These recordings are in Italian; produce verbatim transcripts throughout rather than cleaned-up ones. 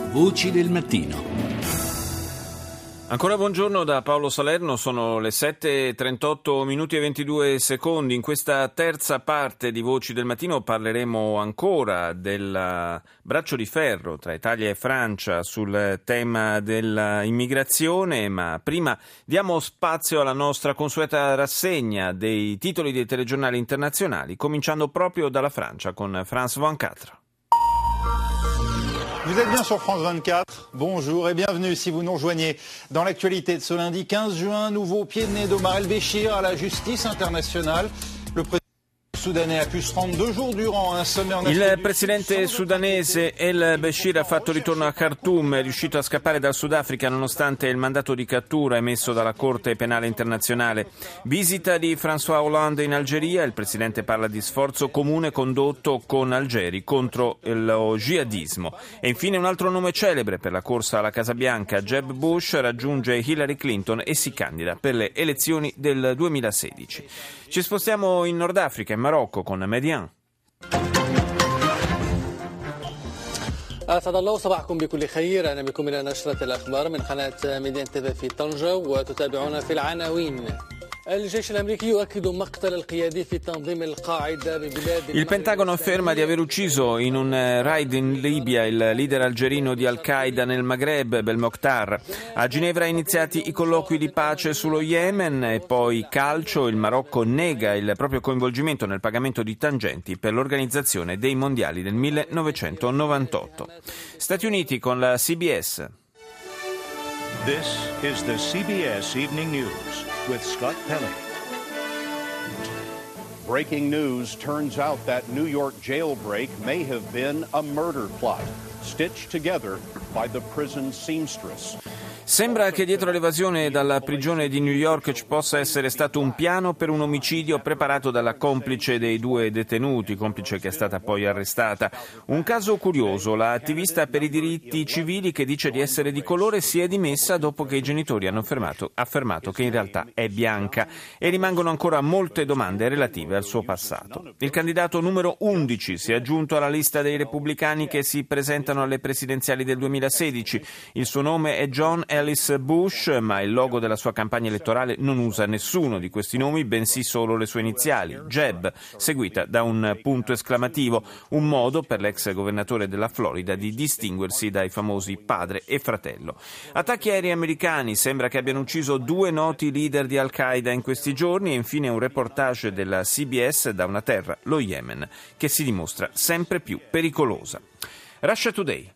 Voci del mattino. Ancora buongiorno da Paolo Salerno, sono le sette e trentotto minuti e ventidue secondi. In questa terza parte di Voci del Mattino parleremo ancora del braccio di ferro tra Italia e Francia sul tema dell'immigrazione, ma prima diamo spazio alla nostra consueta rassegna dei titoli dei telegiornali internazionali, cominciando proprio dalla Francia con France ventiquattro. Vous êtes bien sur France vingt-quatre, bonjour et bienvenue si vous nous rejoignez dans l'actualité de ce lundi quinze juin, nouveau pied de nez d'Omar el-Béchir à la justice internationale. Le président sudanese accuse trentadue jours durant un sommet en Afrique. Il presidente sudanese el-Béchir ha fatto ritorno a Khartoum, è riuscito a scappare dal Sudafrica nonostante il mandato di cattura emesso dalla Corte Penale Internazionale. Visita di François Hollande in Algeria, il presidente parla di sforzo comune condotto con Algeri contro lo jihadismo. E infine un altro nome celebre per la corsa alla Casa Bianca, Jeb Bush raggiunge Hillary Clinton e si candida per le elezioni del duemilasedici. Ci spostiamo in Nord Africa, in Marocco, con Median. أسعد الله صباحكم بكل خير. أنا بكم إلى نشرة الأخبار من قناة ميديان تيفي في طنجة وتتابعون في العناوين. Il Pentagono afferma di aver ucciso in un raid in Libia il leader algerino di Al-Qaeda nel Maghreb, Belmokhtar. A Ginevra iniziati i colloqui di pace sullo Yemen e poi calcio. Il Marocco nega il proprio coinvolgimento nel pagamento di tangenti per l'organizzazione dei mondiali del millenovecentonovantotto. Stati Uniti con la C B S. This is the C B S Evening News with Scott Pelley. Breaking news, turns out that New York jailbreak may have been a murder plot, stitched together by the prison seamstress. Sembra che dietro l'evasione dalla prigione di New York ci possa essere stato un piano per un omicidio preparato dalla complice dei due detenuti, complice che è stata poi arrestata. Un caso curioso, la attivista per i diritti civili che dice di essere di colore si è dimessa dopo che i genitori hanno affermato, affermato che in realtà è bianca e rimangono ancora molte domande relative al suo passato. Il candidato numero undici si è aggiunto alla lista dei repubblicani che si presentano alle presidenziali del duemilasedici. Il suo nome è John Ellis Bush, ma il logo della sua campagna elettorale non usa nessuno di questi nomi, bensì solo le sue iniziali, Jeb, seguita da un punto esclamativo, un modo per l'ex governatore della Florida di distinguersi dai famosi padre e fratello. Attacchi aerei americani, sembra che abbiano ucciso due noti leader di Al-Qaeda in questi giorni, e infine un reportage della C B S da una terra, lo Yemen, che si dimostra sempre più pericolosa. Russia Today.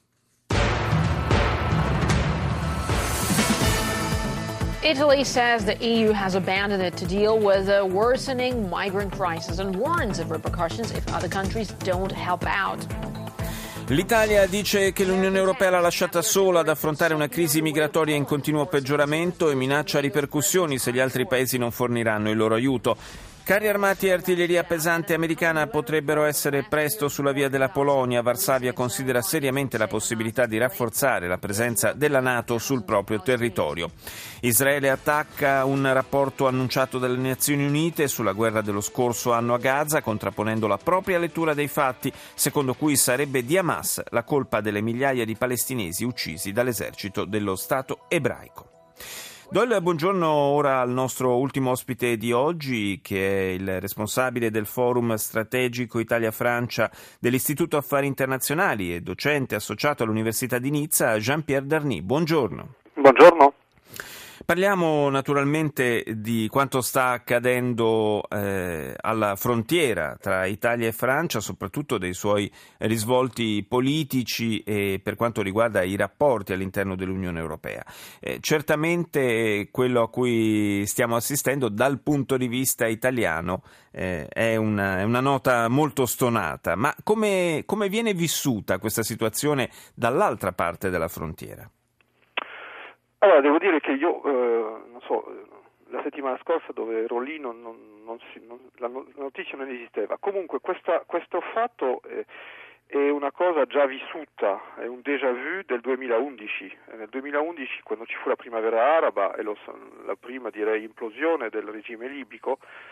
Italy says the E U has abandoned it to deal with a worsening migrant crisis and warns of repercussions if other countries don't help out. L'Italia dice che l'Unione Europea l'ha lasciata sola ad affrontare una crisi migratoria in continuo peggioramento e minaccia ripercussioni se gli altri paesi non forniranno il loro aiuto. Carri armati e artiglieria pesante americana potrebbero essere presto sulla via della Polonia. Varsavia considera seriamente la possibilità di rafforzare la presenza della NATO sul proprio territorio. Israele attacca un rapporto annunciato dalle Nazioni Unite sulla guerra dello scorso anno a Gaza, contrapponendo la propria lettura dei fatti, secondo cui sarebbe di Hamas la colpa delle migliaia di palestinesi uccisi dall'esercito dello Stato ebraico. Do il buongiorno ora al nostro ultimo ospite di oggi, che è il responsabile del Forum Strategico Italia-Francia dell'Istituto Affari Internazionali e docente associato all'Università di Nizza, Jean-Pierre Darny. Buongiorno. Buongiorno. Parliamo naturalmente di quanto sta accadendo eh, alla frontiera tra Italia e Francia, soprattutto dei suoi risvolti politici e per quanto riguarda i rapporti all'interno dell'Unione Europea. Eh, certamente quello a cui stiamo assistendo dal punto di vista italiano eh, è, una, è una nota molto stonata, ma come, come viene vissuta questa situazione dall'altra parte della frontiera? Allora, devo dire che io, eh, non so, la settimana scorsa dove ero lì non, non, non si, non, la notizia non esisteva. Comunque questa, questo fatto eh, è una cosa già vissuta, è un déjà vu del duemilaundici. Nel duemilaundici, quando ci fu la primavera araba e lo, la prima, direi, implosione del regime libico,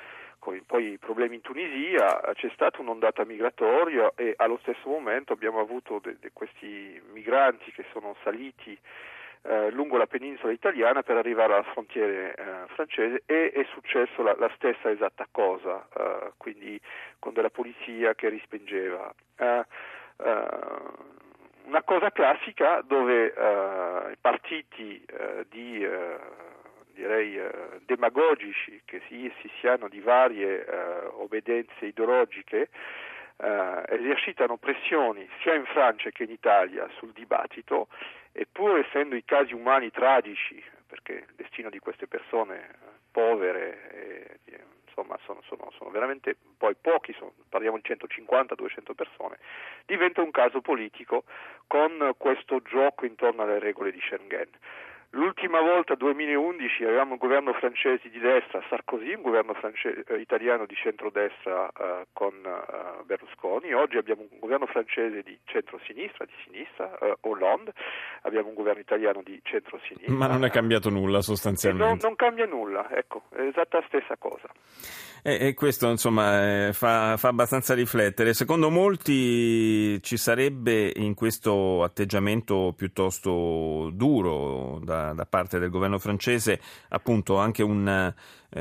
con i, poi i problemi in Tunisia, c'è stata un'ondata migratoria e allo stesso momento abbiamo avuto de, de questi migranti che sono saliti eh, lungo la penisola italiana per arrivare alla frontiera eh, francese e è successo la, la stessa esatta cosa, eh, quindi con della polizia che rispingeva. Eh, eh, una cosa classica dove eh, i partiti eh, di eh, direi eh, demagogici che si, si siano di varie eh, obbedienze ideologiche eh, esercitano pressioni sia in Francia che in Italia sul dibattito, e pur essendo i casi umani tragici, perché il destino di queste persone eh, povere e, insomma sono, sono, sono veramente poi pochi, sono, parliamo di centocinquanta duecento persone, diventa un caso politico con questo gioco intorno alle regole di Schengen. L'ultima volta, duemilaundici, avevamo un governo francese di destra, Sarkozy, un governo france- eh, italiano di centrodestra eh, con eh, Berlusconi. Oggi abbiamo un governo francese di centrosinistra, di sinistra, eh, Hollande, abbiamo un governo italiano di centrosinistra. Ma non è cambiato nulla sostanzialmente. Non, non cambia nulla, ecco, è esatta la stessa cosa. E, e questo insomma eh, fa, fa abbastanza riflettere. Secondo molti ci sarebbe in questo atteggiamento piuttosto duro da, da parte del governo francese appunto anche un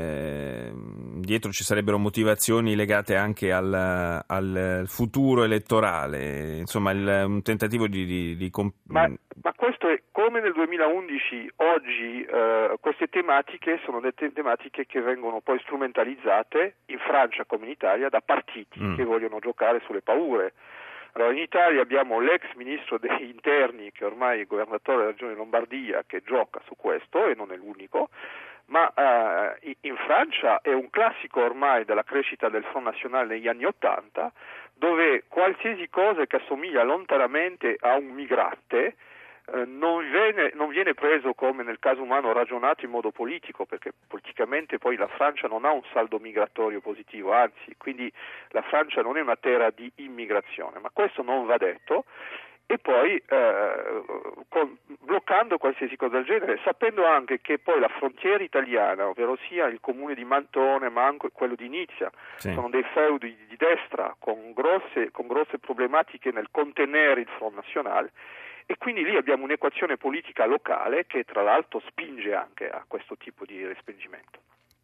eh, dietro ci sarebbero motivazioni legate anche al, al futuro elettorale, insomma il, un tentativo di, di, di comp- ma, ma questo è come nel duemilaundici. Oggi eh, queste tematiche sono delle tematiche che vengono poi strumentalizzate in Francia come in Italia da partiti mm. che vogliono giocare sulle paure. Allora, in Italia abbiamo l'ex ministro degli interni, che ormai è governatore della regione Lombardia, che gioca su questo e non è l'unico, ma eh, in Francia è un classico ormai della crescita del Front National negli anni Ottanta, dove qualsiasi cosa che assomiglia lontanamente a un migrante eh, non, viene, non viene preso come nel caso umano ragionato in modo politico, perché politicamente poi la Francia non ha un saldo migratorio positivo, anzi, quindi la Francia non è una terra di immigrazione, ma questo non va detto. E poi eh, con, bloccando qualsiasi cosa del genere, sapendo anche che poi la frontiera italiana, ovvero sia il comune di Mantone ma anche quello di Nizza, sì. sono dei feudi di destra con grosse, con grosse problematiche nel contenere il Front National, e quindi lì abbiamo un'equazione politica locale che tra l'altro spinge anche a questo tipo di respingimento.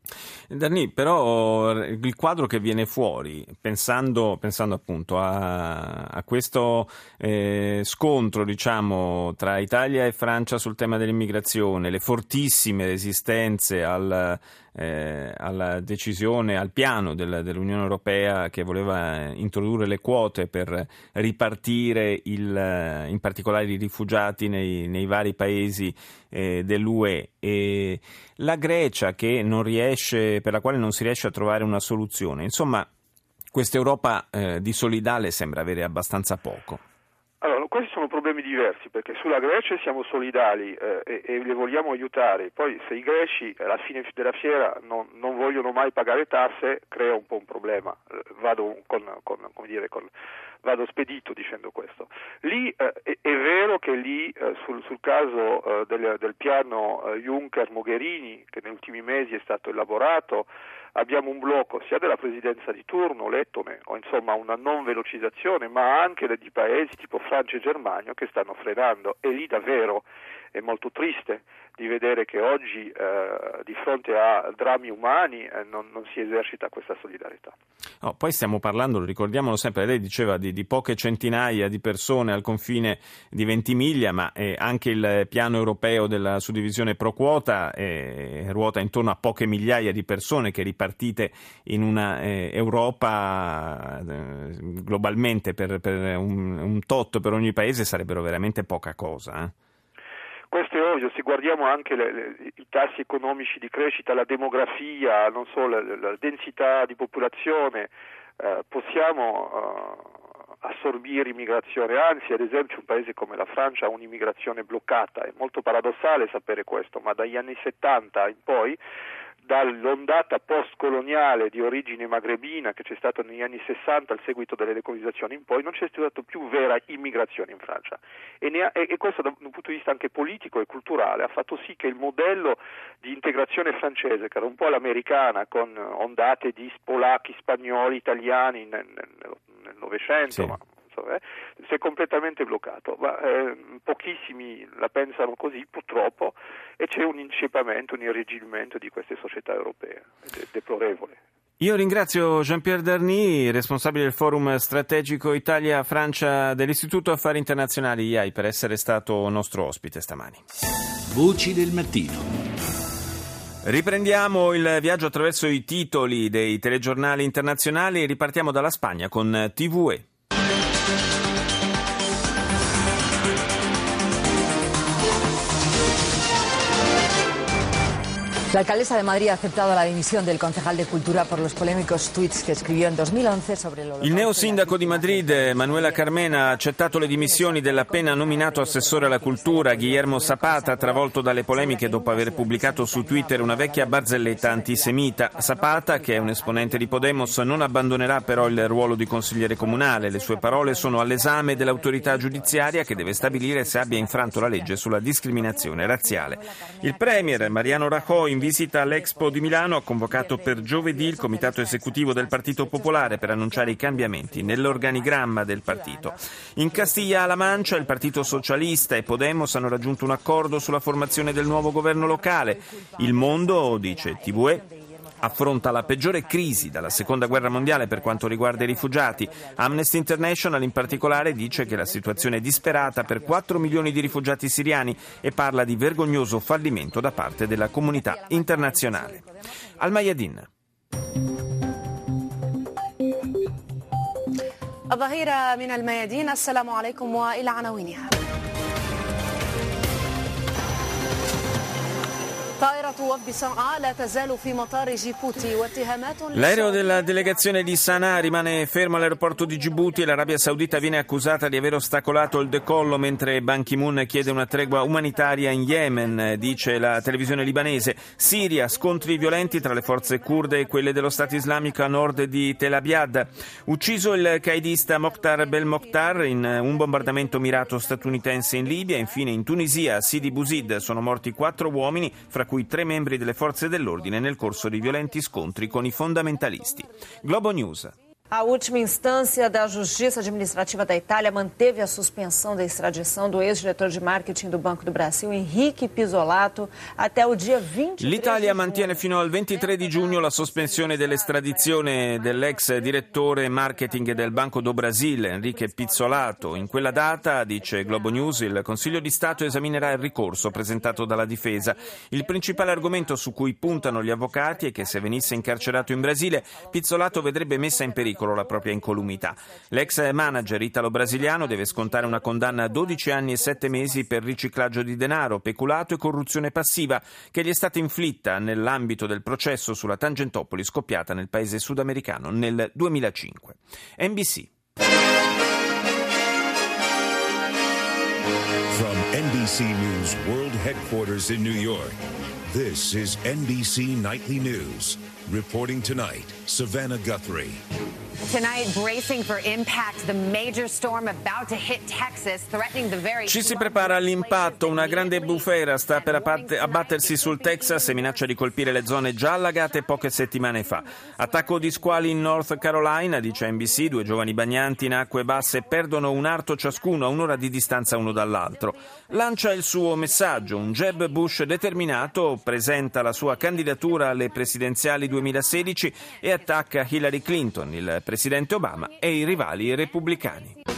Danny, però il quadro che viene fuori, pensando, pensando appunto a, a questo eh, scontro, diciamo, tra Italia e Francia sul tema dell'immigrazione, le fortissime resistenze al, eh, alla decisione, al piano del, dell'Unione Europea che voleva introdurre le quote per ripartire il, in particolare i rifugiati nei, nei vari paesi eh, dell'U E, e la Grecia che non riesce, per la quale non si riesce a trovare una soluzione. Insomma, questa Europa eh, di solidale sembra avere abbastanza poco. Allora, questi sono problemi diversi, perché sulla Grecia siamo solidali eh, e, e le vogliamo aiutare. Poi se i greci alla fine della fiera non, non vogliono mai pagare tasse, crea un po' un problema. Vado con, con come dire, con, vado spedito dicendo questo. Lì eh, è, è vero che lì eh, sul, sul caso eh, del, del piano eh, Juncker-Mogherini, che negli ultimi mesi è stato elaborato, abbiamo un blocco sia della presidenza di turno, lettone, o insomma una non velocizzazione, ma anche di paesi tipo Francia e Germania che stanno frenando, e lì davvero è molto triste di vedere che oggi eh, di fronte a drammi umani eh, non, non si esercita questa solidarietà. Oh, poi stiamo parlando, ricordiamolo sempre, lei diceva di, di poche centinaia di persone al confine di Ventimiglia, ma eh, anche il piano europeo della suddivisione pro quota eh, ruota intorno a poche migliaia di persone che ripartite in una eh, Europa eh, globalmente per, per un, un tot per ogni paese sarebbero veramente poca cosa. Eh? Questo è ovvio, se guardiamo anche le, le, i tassi economici di crescita, la demografia, non so, la, la densità di popolazione, eh, possiamo eh, assorbire immigrazione, anzi ad esempio un paese come la Francia ha un'immigrazione bloccata, è molto paradossale sapere questo, ma dagli anni settanta in poi dall'ondata post-coloniale di origine magrebina che c'è stata negli anni sessanta al seguito delle decolonizzazioni in poi, non c'è stata più vera immigrazione in Francia e, ne ha, e, e questo da un punto di vista anche politico e culturale ha fatto sì che il modello di integrazione francese, che era un po' l'americana con ondate di polacchi, spagnoli, italiani nel, nel, nel Novecento, sì. ma Eh, si è completamente bloccato, ma eh, pochissimi la pensano così purtroppo e c'è un inceppamento, un irrigidimento di queste società europee, è deplorevole. Io ringrazio Jean-Pierre Darny, responsabile del Forum Strategico Italia-Francia dell'Istituto Affari Internazionali I A I, per essere stato nostro ospite stamani. Voci del mattino. Riprendiamo il viaggio attraverso i titoli dei telegiornali internazionali e ripartiamo dalla Spagna con T V E. La alcaldesa de Madrid ha aceptado la dimisión del concejal de Cultura por los polémicos tweets que escribió en duemilaonce sobre el Il neosindaco di Madrid, Manuela Carmena, ha accettato le dimissioni dell'appena nominato assessore alla cultura Guillermo Zapata, travolto dalle polemiche dopo aver pubblicato su Twitter una vecchia barzelletta antisemita. Zapata, che è un esponente di Podemos, non abbandonerà però il ruolo di consigliere comunale. Le sue parole sono all'esame dell'autorità giudiziaria che deve stabilire se abbia infranto la legge sulla discriminazione razziale. Il premier Mariano Rajoy, in visita all'Expo di Milano, ha convocato per giovedì il comitato esecutivo del Partito Popolare per annunciare i cambiamenti nell'organigramma del partito. In Castiglia-La Mancia il Partito Socialista e Podemos hanno raggiunto un accordo sulla formazione del nuovo governo locale. Il Mondo, dice T V E, affronta la peggiore crisi dalla seconda guerra mondiale per quanto riguarda i rifugiati. Amnesty International in particolare dice che la situazione è disperata per quattro milioni di rifugiati siriani e parla di vergognoso fallimento da parte della comunità internazionale. Al Mayadin. الظهيرة من الميادين السلام عليكم وإلى عناوينها. L'aereo della delegazione di Sana'a rimane fermo all'aeroporto di Gibuti e l'Arabia Saudita viene accusata di aver ostacolato il decollo mentre Ban Ki-moon chiede una tregua umanitaria in Yemen, dice la televisione libanese. Siria, scontri violenti tra le forze kurde e quelle dello Stato islamico a nord di Tel Abyad. Ucciso il qaedista Mokhtar Belmokhtar in un bombardamento mirato statunitense in Libia. Infine in Tunisia, a Sidi Bouzid, sono morti quattro uomini, fra cui tre membri delle forze dell'ordine nel corso di violenti scontri con i fondamentalisti. Globo News. A última instância da Justiça Administrativa da Itália manteve a suspensão da extradição do ex-diretor de marketing do Banco do Brasil, Henrique Pizzolato, até o dia ventitré. L'Italia mantiene fino al ventitré di giugno la sospensione dell'estradizione dell'ex direttore marketing del Banco do Brasil, Enrique Pizzolato. In quella data, dice Globo News, il Consiglio di Stato esaminerà il ricorso presentato dalla difesa. Il principale argomento su cui puntano gli avvocati è che se venisse incarcerato in Brasile, Pizzolato vedrebbe messa in pericolo la propria incolumità. L'ex manager italo-brasiliano deve scontare una condanna a dodici anni e sette mesi per riciclaggio di denaro, peculato e corruzione passiva che gli è stata inflitta nell'ambito del processo sulla Tangentopoli scoppiata nel paese sudamericano nel duemilacinque. N B C. From N B C News World Headquarters in New York, this is N B C Nightly News. Reporting tonight, Savannah Guthrie. Tonight, bracing for impact, the major storm about to hit Texas, threatening the very... Ci si prepara all'impatto, una grande bufera sta per abbattersi sul Texas e minaccia di colpire le zone già allagate poche settimane fa. Attacco di squali in North Carolina, dice N B C, due giovani bagnanti in acque basse perdono un arto ciascuno a un'ora di distanza uno dall'altro. Lancia il suo messaggio, un Jeb Bush determinato, presenta la sua candidatura alle presidenziali duemilasedici e attacca Hillary Clinton, il presidente Obama e i rivali repubblicani.